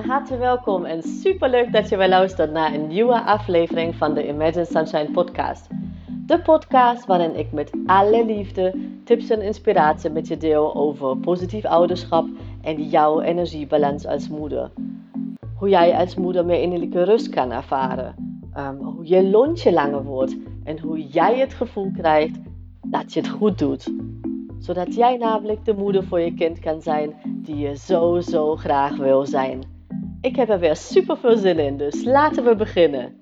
harte welkom en superleuk dat je weer luistert naar een nieuwe aflevering van de Imagine Sunshine podcast. De podcast waarin ik met alle liefde tips en inspiratie met je deel over positief ouderschap en jouw energiebalans als moeder. Hoe jij als moeder meer innerlijke rust kan ervaren, hoe je lontje langer wordt en hoe jij het gevoel krijgt dat je het goed doet. Zodat jij namelijk de moeder voor je kind kan zijn die je zo graag wil zijn. Ik heb er weer super veel zin in, dus laten we beginnen.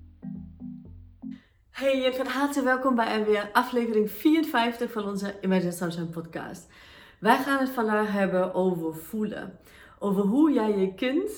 Hey en van harte welkom bij weer aflevering 54 van onze Imagine Sunshine podcast. Wij gaan het vandaag hebben over voelen. Over hoe jij je kind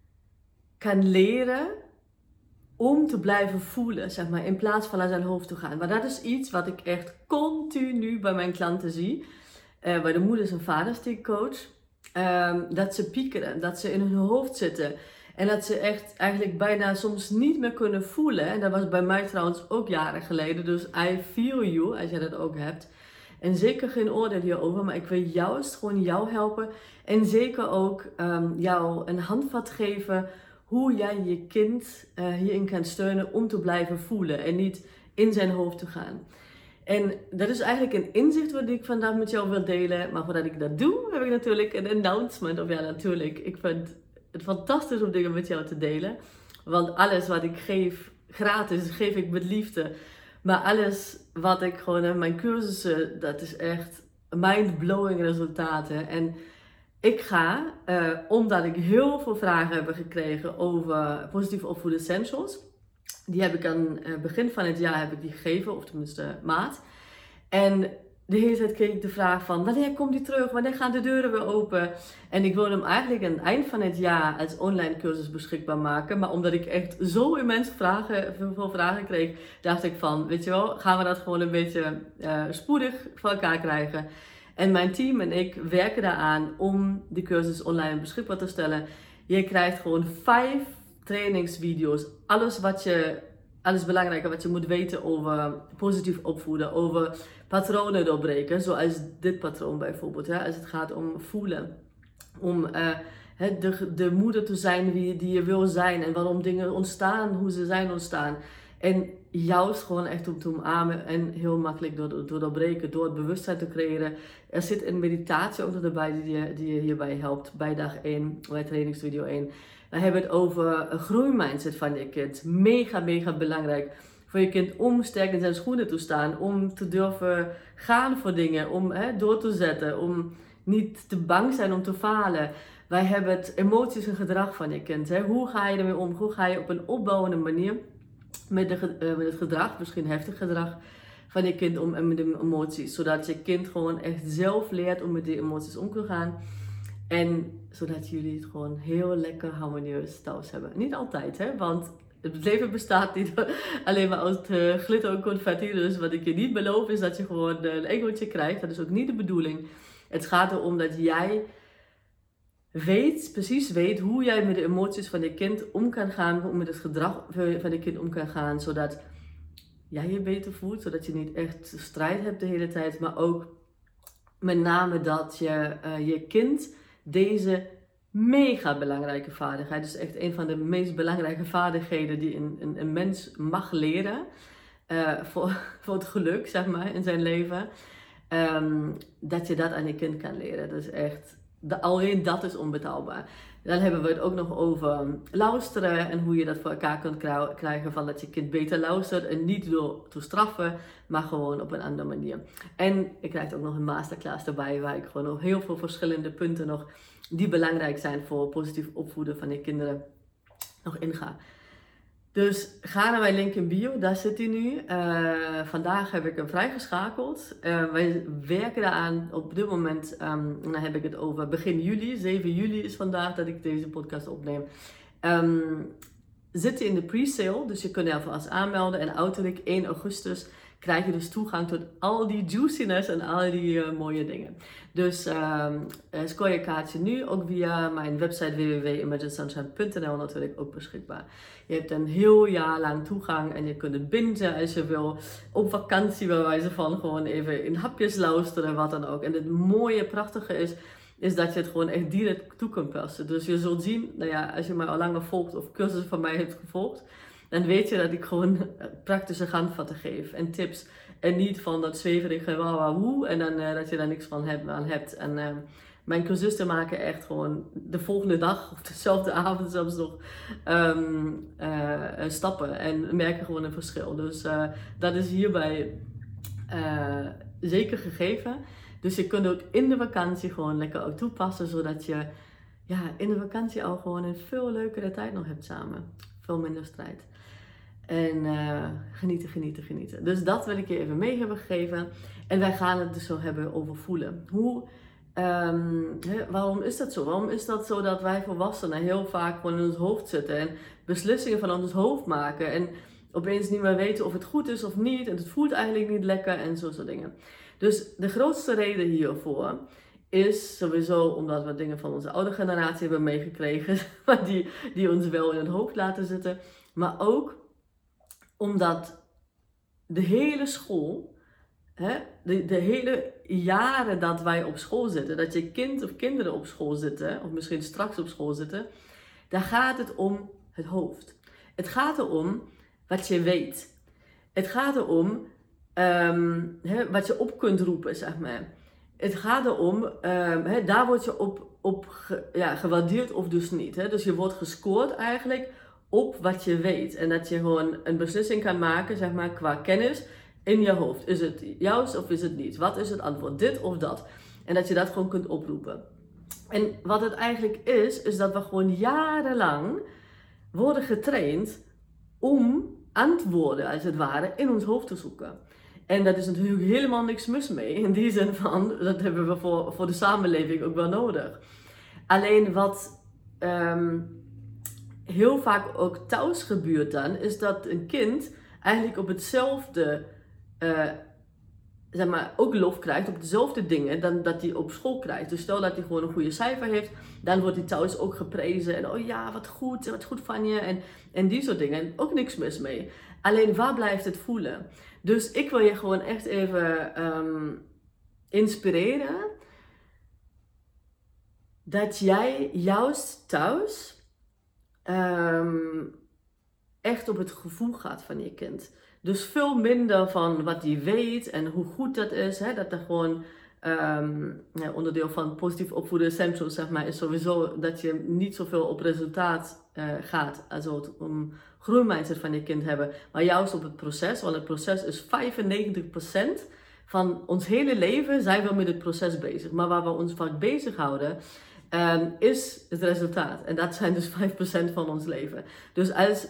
kan leren om te blijven voelen, zeg maar, in plaats van naar zijn hoofd te gaan. Maar dat is iets wat ik echt continu bij mijn klanten zie. Bij de moeders en vaders die ik coach. Dat ze piekeren, dat ze in hun hoofd zitten. En dat ze echt eigenlijk bijna soms niet meer kunnen voelen. En dat was bij mij trouwens ook jaren geleden. Dus I feel you, als jij dat ook hebt. En zeker geen oordeel hierover, maar ik wil juist gewoon jou helpen. En zeker ook jou een handvat geven hoe jij je kind hierin kan steunen om te blijven voelen. En niet in zijn hoofd te gaan. En dat is eigenlijk een inzicht wat ik vandaag met jou wil delen. Maar voordat ik dat doe, heb ik natuurlijk een announcement. Of ja, natuurlijk. Ik vind het fantastisch om dingen met jou te delen. Want alles wat ik geef gratis, geef ik met liefde. Maar alles wat ik gewoon in mijn cursussen, dat is echt mind-blowing resultaten. En ik ga, omdat ik heel veel vragen heb gekregen over positief opvoeden essentials. Die heb ik aan het begin van het jaar heb ik die gegeven, of tenminste maart. En de hele tijd kreeg ik de vraag van, wanneer komt die terug? Wanneer gaan de deuren weer open? En ik wilde hem eigenlijk aan het eind van het jaar als online cursus beschikbaar maken. Maar omdat ik echt zo immens veel vragen kreeg, dacht ik van, weet je wel, gaan we dat gewoon een beetje spoedig voor elkaar krijgen. En mijn team en ik werken daaraan om de cursus online beschikbaar te stellen. Je krijgt gewoon 5 trainingsvideo's. Alles belangrijke wat je moet weten over positief opvoeden. Over patronen doorbreken. Zoals dit patroon bijvoorbeeld. Hè, als het gaat om voelen. Om de moeder te zijn die je wil zijn. En waarom dingen ontstaan, hoe ze zijn ontstaan. En juist gewoon echt om te omarmen en heel makkelijk door doorbreken, door het bewustzijn te creëren. Er zit een meditatie ook nog erbij die je hierbij helpt, bij dag 1, bij trainingsvideo 1. We hebben het over een groeimindset van je kind. Mega belangrijk voor je kind om sterk in zijn schoenen te staan, om te durven gaan voor dingen, om door te zetten, om niet te bang zijn om te falen. Wij hebben het emoties en gedrag van je kind. Hè? Hoe ga je ermee om? Hoe ga je op een opbouwende manier met het gedrag, misschien heftig gedrag van je kind om en met de emoties. Zodat je kind gewoon echt zelf leert om met die emoties om te gaan. En zodat jullie het gewoon heel lekker harmonieus thuis hebben. Niet altijd, hè, want het leven bestaat niet alleen maar uit glitter en confetti. Dus wat ik je niet beloof is dat je gewoon een engeltje krijgt. Dat is ook niet de bedoeling. Het gaat erom dat jij precies weet hoe jij met de emoties van je kind om kan gaan, hoe met het gedrag van je kind om kan gaan, zodat jij je beter voelt, zodat je niet echt strijd hebt de hele tijd, maar ook met name dat je kind deze mega belangrijke vaardigheid, dus echt een van de meest belangrijke vaardigheden die een mens mag leren, voor het geluk, zeg maar, in zijn leven, dat je dat aan je kind kan leren. Dat is echt, alleen dat is onbetaalbaar. Dan hebben we het ook nog over luisteren en hoe je dat voor elkaar kunt krijgen, van dat je kind beter luistert en niet door te straffen, maar gewoon op een andere manier. En ik krijg ook nog een masterclass erbij waar ik gewoon nog heel veel verschillende punten nog die belangrijk zijn voor positief opvoeden van je kinderen nog inga. Dus ga naar mijn link in bio, daar zit hij nu. Vandaag heb ik hem vrijgeschakeld. Wij werken daaraan op dit moment, dan heb ik het over begin juli. 7 juli is vandaag dat ik deze podcast opneem. Zit hij in de pre-sale, dus je kunt er alvast aanmelden. En uiterlijk 1 augustus krijg je dus toegang tot al die juiciness en al die mooie dingen. Dus scoor je kaartje nu, ook via mijn website www.imaginesunshine.nl natuurlijk ook beschikbaar. Je hebt een heel jaar lang toegang en je kunt het bingen als je wil. Op vakantie bij wijze van gewoon even in hapjes luisteren, wat dan ook. En het mooie, prachtige is is dat je het gewoon echt direct toe kunt passen. Dus je zult zien, nou ja, als je mij al langer volgt of cursussen van mij hebt gevolgd, dan weet je dat ik gewoon praktische handvatten geef en tips. En niet van dat zweverige wawawoe en dan dat je daar niks van hebt. En mijn cursisten maken echt gewoon de volgende dag of dezelfde avond zelfs nog stappen en merken gewoon een verschil. Dus dat is hierbij zeker gegeven. Dus je kunt ook in de vakantie gewoon lekker ook toepassen, zodat je in de vakantie al gewoon een veel leukere tijd nog hebt samen. Veel minder strijd. En genieten. Dus dat wil ik je even mee hebben gegeven. En wij gaan het dus zo hebben over voelen. Waarom is dat zo? Waarom is dat zo dat wij volwassenen heel vaak gewoon in ons hoofd zitten en beslissingen van ons hoofd maken en opeens niet meer weten of het goed is of niet en het voelt eigenlijk niet lekker en zo soort dingen. Dus de grootste reden hiervoor is sowieso omdat we dingen van onze oude generatie hebben meegekregen, maar die ons wel in het hoofd laten zitten. Maar ook omdat de hele school, de hele jaren dat wij op school zitten, dat je kind of kinderen op school zitten, of misschien straks op school zitten, daar gaat het om het hoofd. Het gaat erom wat je weet. Het gaat erom wat je op kunt roepen, zeg maar. Het gaat erom, daar word je op gewaardeerd of dus niet. Dus je wordt gescoord eigenlijk op wat je weet. En dat je gewoon een beslissing kan maken, zeg maar, qua kennis in je hoofd. Is het juist of is het niet? Wat is het antwoord? Dit of dat? En dat je dat gewoon kunt oproepen. En wat het eigenlijk is dat we gewoon jarenlang worden getraind om antwoorden, als het ware, in ons hoofd te zoeken. En dat is natuurlijk helemaal niks mis mee. In die zin van, dat hebben we voor de samenleving ook wel nodig. Alleen wat heel vaak ook thuis gebeurt dan, is dat een kind eigenlijk op hetzelfde, ook lof krijgt op dezelfde dingen dan dat hij op school krijgt. Dus stel dat hij gewoon een goede cijfer heeft, dan wordt hij thuis ook geprezen. En oh ja, wat goed van je. En die soort dingen. En ook niks mis mee. Alleen waar blijft het voelen? Dus ik wil je gewoon echt even inspireren dat jij juist thuis echt op het gevoel gaat van je kind. Dus veel minder van wat hij weet en hoe goed dat is. Dat er gewoon onderdeel van positief opvoeden essentials, zeg maar, is sowieso dat je niet zoveel op resultaat gaat. Als het om groeimindset van je kind hebben. Maar juist op het proces. Want het proces is 95% van ons hele leven zijn we met het proces bezig. Maar waar we ons vaak bezighouden is het resultaat. En dat zijn dus 5% van ons leven. Dus als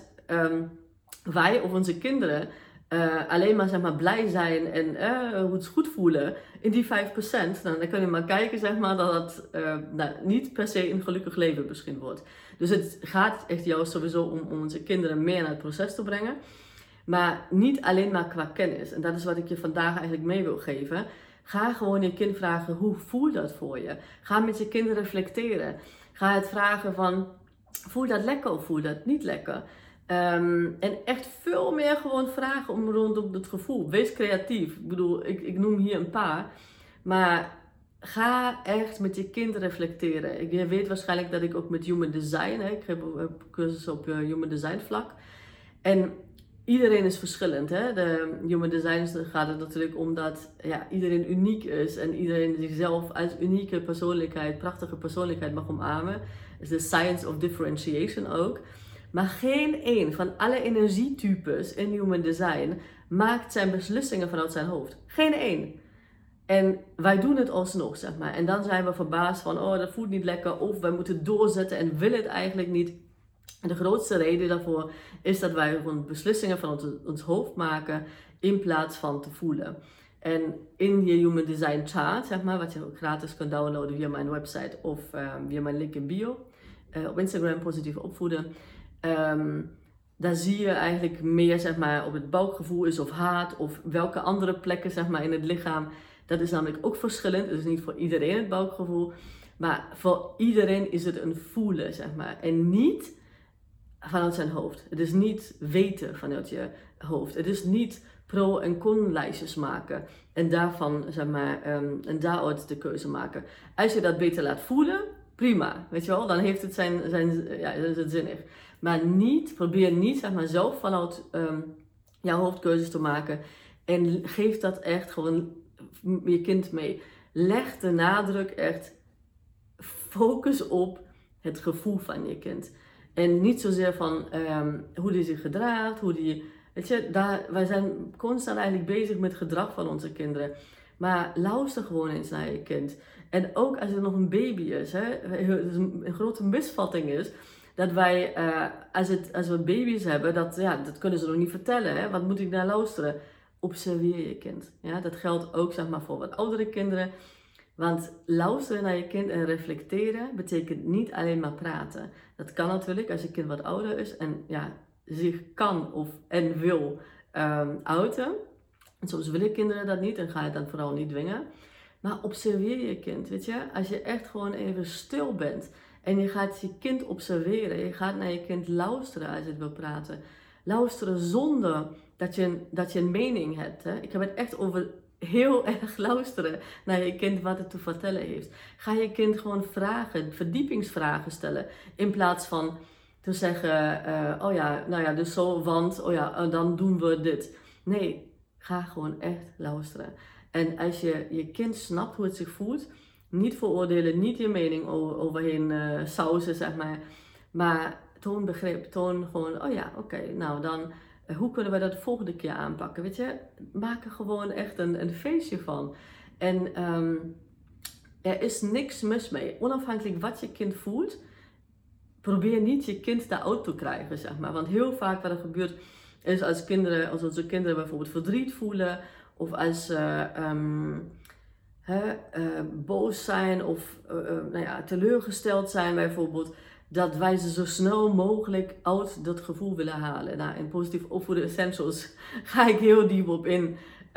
wij of onze kinderen alleen maar, zeg maar, blij zijn en het goed voelen in die 5%, dan kun je maar kijken, zeg maar, dat het niet per se een gelukkig leven misschien wordt. Dus het gaat echt juist sowieso om onze kinderen meer naar het proces te brengen. Maar niet alleen maar qua kennis. En dat is wat ik je vandaag eigenlijk mee wil geven. Ga gewoon je kind vragen, hoe voelt dat voor je? Ga met je kind reflecteren. Ga het vragen van, voel dat lekker of voel dat niet lekker? En echt veel meer gewoon vragen rondom het gevoel. Wees creatief. Ik bedoel, ik noem hier een paar. Maar ga echt met je kind reflecteren. Je weet waarschijnlijk dat ik ook met Human Design, ik heb cursus op Human Design vlak. En iedereen is verschillend. De Human Design gaat het natuurlijk om dat iedereen uniek is. En iedereen zichzelf als unieke persoonlijkheid, prachtige persoonlijkheid mag omarmen. Dus de science of differentiation ook. Maar geen één van alle energietypes in Human Design maakt zijn beslissingen vanuit zijn hoofd. Geen één. En wij doen het alsnog, zeg maar. En dan zijn we verbaasd van, oh, dat voelt niet lekker. Of wij moeten doorzetten en willen het eigenlijk niet. En de grootste reden daarvoor is dat wij gewoon beslissingen van ons hoofd maken in plaats van te voelen. En in je Human Design chart, zeg maar, wat je ook gratis kunt downloaden via mijn website of via mijn link in bio. Op Instagram, positief opvoeden. Daar zie je eigenlijk meer, zeg maar, op het buikgevoel is of haat of welke andere plekken, zeg maar, in het lichaam. Dat is namelijk ook verschillend. Het is niet voor iedereen het buikgevoel, maar voor iedereen is het een voelen, zeg maar. En niet vanuit zijn hoofd. Het is niet weten vanuit je hoofd. Het is niet pro- en con-lijstjes maken en daarvan, zeg maar, en daaruit de keuze maken. Als je dat beter laat voelen, prima, weet je wel, dan heeft het ja, is het zinnig. Maar probeer niet, zeg maar, zelf vanuit jouw hoofdkeuzes te maken en geef dat echt gewoon je kind mee. Leg de nadruk echt, focus op het gevoel van je kind. En niet zozeer van hoe die zich gedraagt, hoe die... Weet je, wij zijn constant eigenlijk bezig met het gedrag van onze kinderen. Maar luister gewoon eens naar je kind. En ook als er nog een baby is. Een grote misvatting is dat wij, als we baby's hebben, dat kunnen ze nog niet vertellen. Hè? Wat moet ik naar luisteren? Observeer je kind. Ja? Dat geldt ook, zeg maar, voor wat oudere kinderen. Want luisteren naar je kind en reflecteren betekent niet alleen maar praten. Dat kan natuurlijk als je kind wat ouder is en ja, zich kan en wil uiten. En soms willen kinderen dat niet en ga je dan vooral niet dwingen. Maar observeer je kind, weet je. Als je echt gewoon even stil bent en je gaat je kind observeren. Je gaat naar je kind luisteren als het wil praten. Luisteren zonder dat je een mening hebt. Hè. Ik heb het echt over heel erg luisteren naar je kind wat het te vertellen heeft. Ga je kind gewoon vragen, verdiepingsvragen stellen. In plaats van te zeggen, oh ja, nou ja, dus zo, want, oh ja, dan doen we dit. Nee, ga gewoon echt luisteren. En als je kind snapt hoe het zich voelt, niet veroordelen, niet je mening overheen sausen, zeg maar toon begrip, toon gewoon, oh ja, oké, nou dan, hoe kunnen we dat de volgende keer aanpakken, weet je? Maak er gewoon echt een feestje van. En er is niks mis mee, onafhankelijk wat je kind voelt, probeer niet je kind daaruit te krijgen, zeg maar. Want heel vaak wat er gebeurt, is als onze kinderen bijvoorbeeld verdriet voelen, of als ze boos zijn of nou ja, teleurgesteld zijn bijvoorbeeld, dat wij ze zo snel mogelijk uit dat gevoel willen halen. Nou, in positief opvoeden essentials ga ik heel diep op in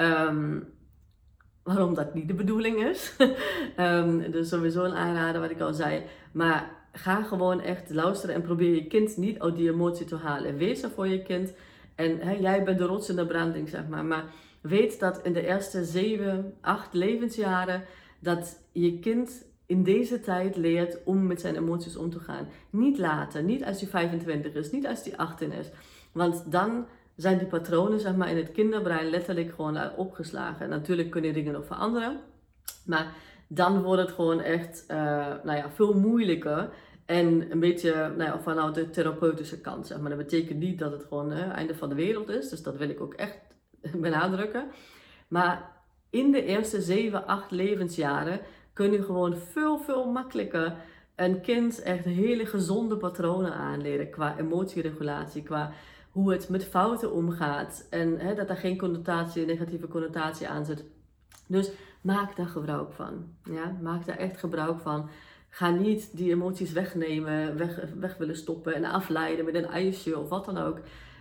waarom dat niet de bedoeling is. Dus sowieso een aanrader wat ik al zei. Maar ga gewoon echt luisteren en probeer je kind niet uit die emotie te halen. Wees er voor je kind. En jij bent de rots in de branding, zeg maar. Maar weet dat in de eerste 7, 8 levensjaren dat je kind in deze tijd leert om met zijn emoties om te gaan. Niet later, niet als hij 25 is, niet als hij 18 is. Want dan zijn die patronen, zeg maar, in het kinderbrein letterlijk gewoon opgeslagen. Natuurlijk kunnen dingen nog veranderen. Maar dan wordt het gewoon echt nou ja, veel moeilijker. En een beetje nou ja, vanuit de therapeutische kant, zeg maar. Dat betekent niet dat het gewoon het einde van de wereld is. Dus dat wil ik ook echt benadrukken. Maar in de eerste 7, 8 levensjaren kun je gewoon veel makkelijker een kind echt hele gezonde patronen aanleren. Qua emotieregulatie, qua hoe het met fouten omgaat. En dat er geen negatieve connotatie aan zit. Dus maak daar gebruik van. Ja? Maak daar echt gebruik van. Ga niet die emoties wegnemen, weg willen stoppen en afleiden met een ijsje of wat dan ook.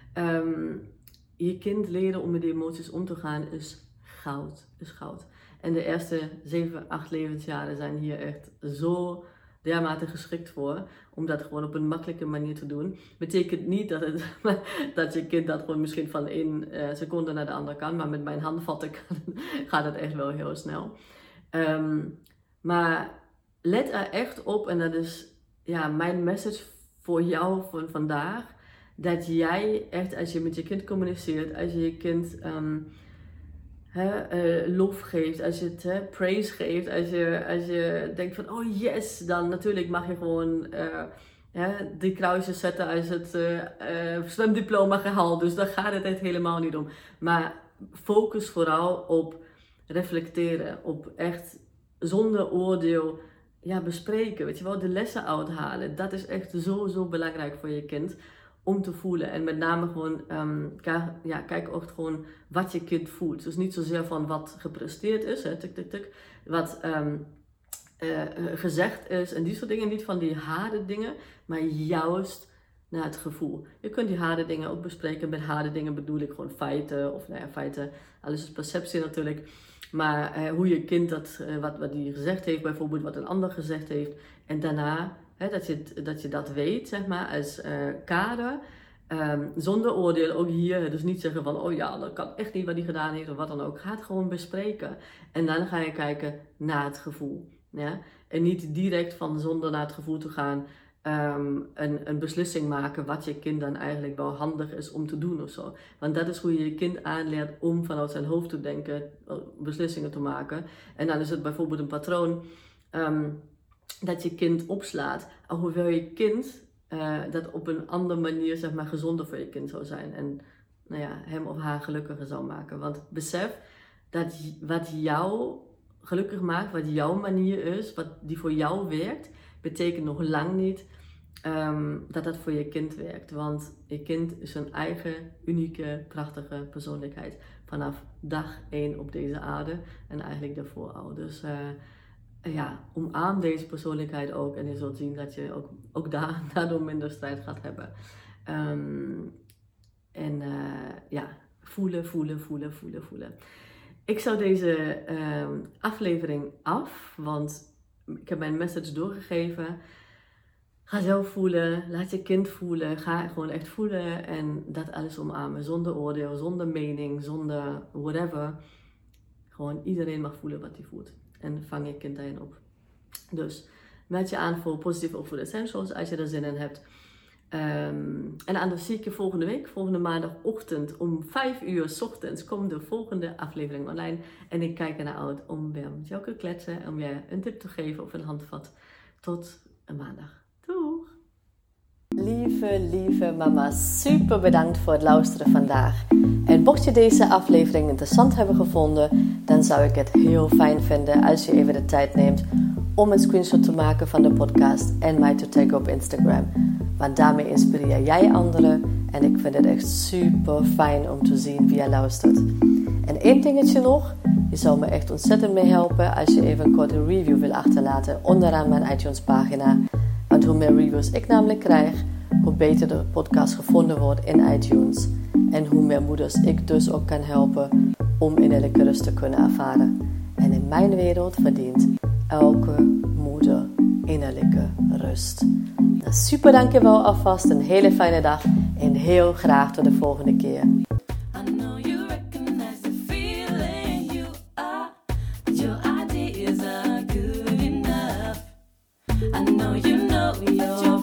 Je kind leren om met die emoties om te gaan is goud. En de eerste 7, 8 levensjaren zijn hier echt zo dermate geschikt voor. Om dat gewoon op een makkelijke manier te doen. Betekent niet dat je kind dat gewoon misschien van 1 seconde naar de andere kan. Maar met mijn handvatten gaat het echt wel heel snel. Maar let er echt op. En dat is ja, mijn message voor jou van vandaag. Dat jij echt, als je met je kind communiceert, als je je kind lof geeft, als je het praise geeft, als je denkt van oh yes, dan natuurlijk mag je gewoon die kruisjes zetten als het zwemdiploma gehaald. Dus daar gaat het echt helemaal niet om. Maar focus vooral op reflecteren, op echt zonder oordeel bespreken, weet je wel, de lessen uithalen. Dat is echt zo belangrijk voor je kind. Om te voelen. En met name gewoon kijk ook gewoon wat je kind voelt. Dus niet zozeer van wat gepresteerd is, wat gezegd is en die soort dingen. Niet van die harde dingen, maar juist naar het gevoel. Je kunt die harde dingen ook bespreken. Met harde dingen bedoel ik gewoon feiten. Of nou ja, feiten, alles is perceptie natuurlijk. Maar hoe je kind wat die gezegd heeft, bijvoorbeeld wat een ander gezegd heeft. En daarna dat je dat weet, zeg maar, als kader. Zonder oordeel, ook hier. Dus niet zeggen van, oh ja, dat kan echt niet wat hij gedaan heeft of wat dan ook. Ga het gewoon bespreken. En dan ga je kijken naar het gevoel. Ja? En niet direct van zonder naar het gevoel te gaan een beslissing maken wat je kind dan eigenlijk wel handig is om te doen of zo. Want dat is hoe je je kind aanleert om vanuit zijn hoofd te denken, beslissingen te maken. En dan is het bijvoorbeeld een patroon dat je kind opslaat. Hoewel je kind dat op een andere manier, zeg maar, gezonder voor je kind zou zijn. En nou ja, hem of haar gelukkiger zou maken. Want besef dat wat jou gelukkig maakt, wat jouw manier is, wat die voor jou werkt, betekent nog lang niet dat dat voor je kind werkt. Want je kind is een eigen, unieke, prachtige persoonlijkheid. Vanaf dag 1 op deze aarde en eigenlijk daarvoor al. Dus omarm deze persoonlijkheid ook. En je zult zien dat je ook daardoor minder strijd gaat hebben. Voelen. Ik zou deze aflevering af, want ik heb mijn message doorgegeven. Ga zelf voelen, laat je kind voelen, ga gewoon echt voelen en dat alles omarmen. Zonder oordeel, zonder mening, zonder whatever. Gewoon iedereen mag voelen wat hij voelt. En vang je kind daarin op. Dus meld je aan voor Positief Opvoeden Essentials als je er zin in hebt. En anders zie ik je volgende week, volgende maandagochtend om 5 uur 's ochtends komt de volgende aflevering online. En ik kijk ernaar uit om weer met jou te kletsen, om je een tip te geven of een handvat. Tot een maandag. Doeg! Lieve mama, super bedankt voor het luisteren vandaag. En mocht je deze aflevering interessant hebben gevonden, dan zou ik het heel fijn vinden als je even de tijd neemt om een screenshot te maken van de podcast en mij te taggen op Instagram. Want daarmee inspireer jij anderen en ik vind het echt super fijn om te zien wie jij luistert. En één dingetje nog, je zou me echt ontzettend mee helpen als je even een korte review wil achterlaten onderaan mijn iTunes pagina. Want hoe meer reviews ik namelijk krijg, hoe beter de podcast gevonden wordt in iTunes. En hoe meer moeders ik dus ook kan helpen om innerlijke rust te kunnen ervaren. En in mijn wereld verdient elke moeder innerlijke rust. Nou, super dankjewel alvast, een hele fijne dag en heel graag tot de volgende keer. I know you know you're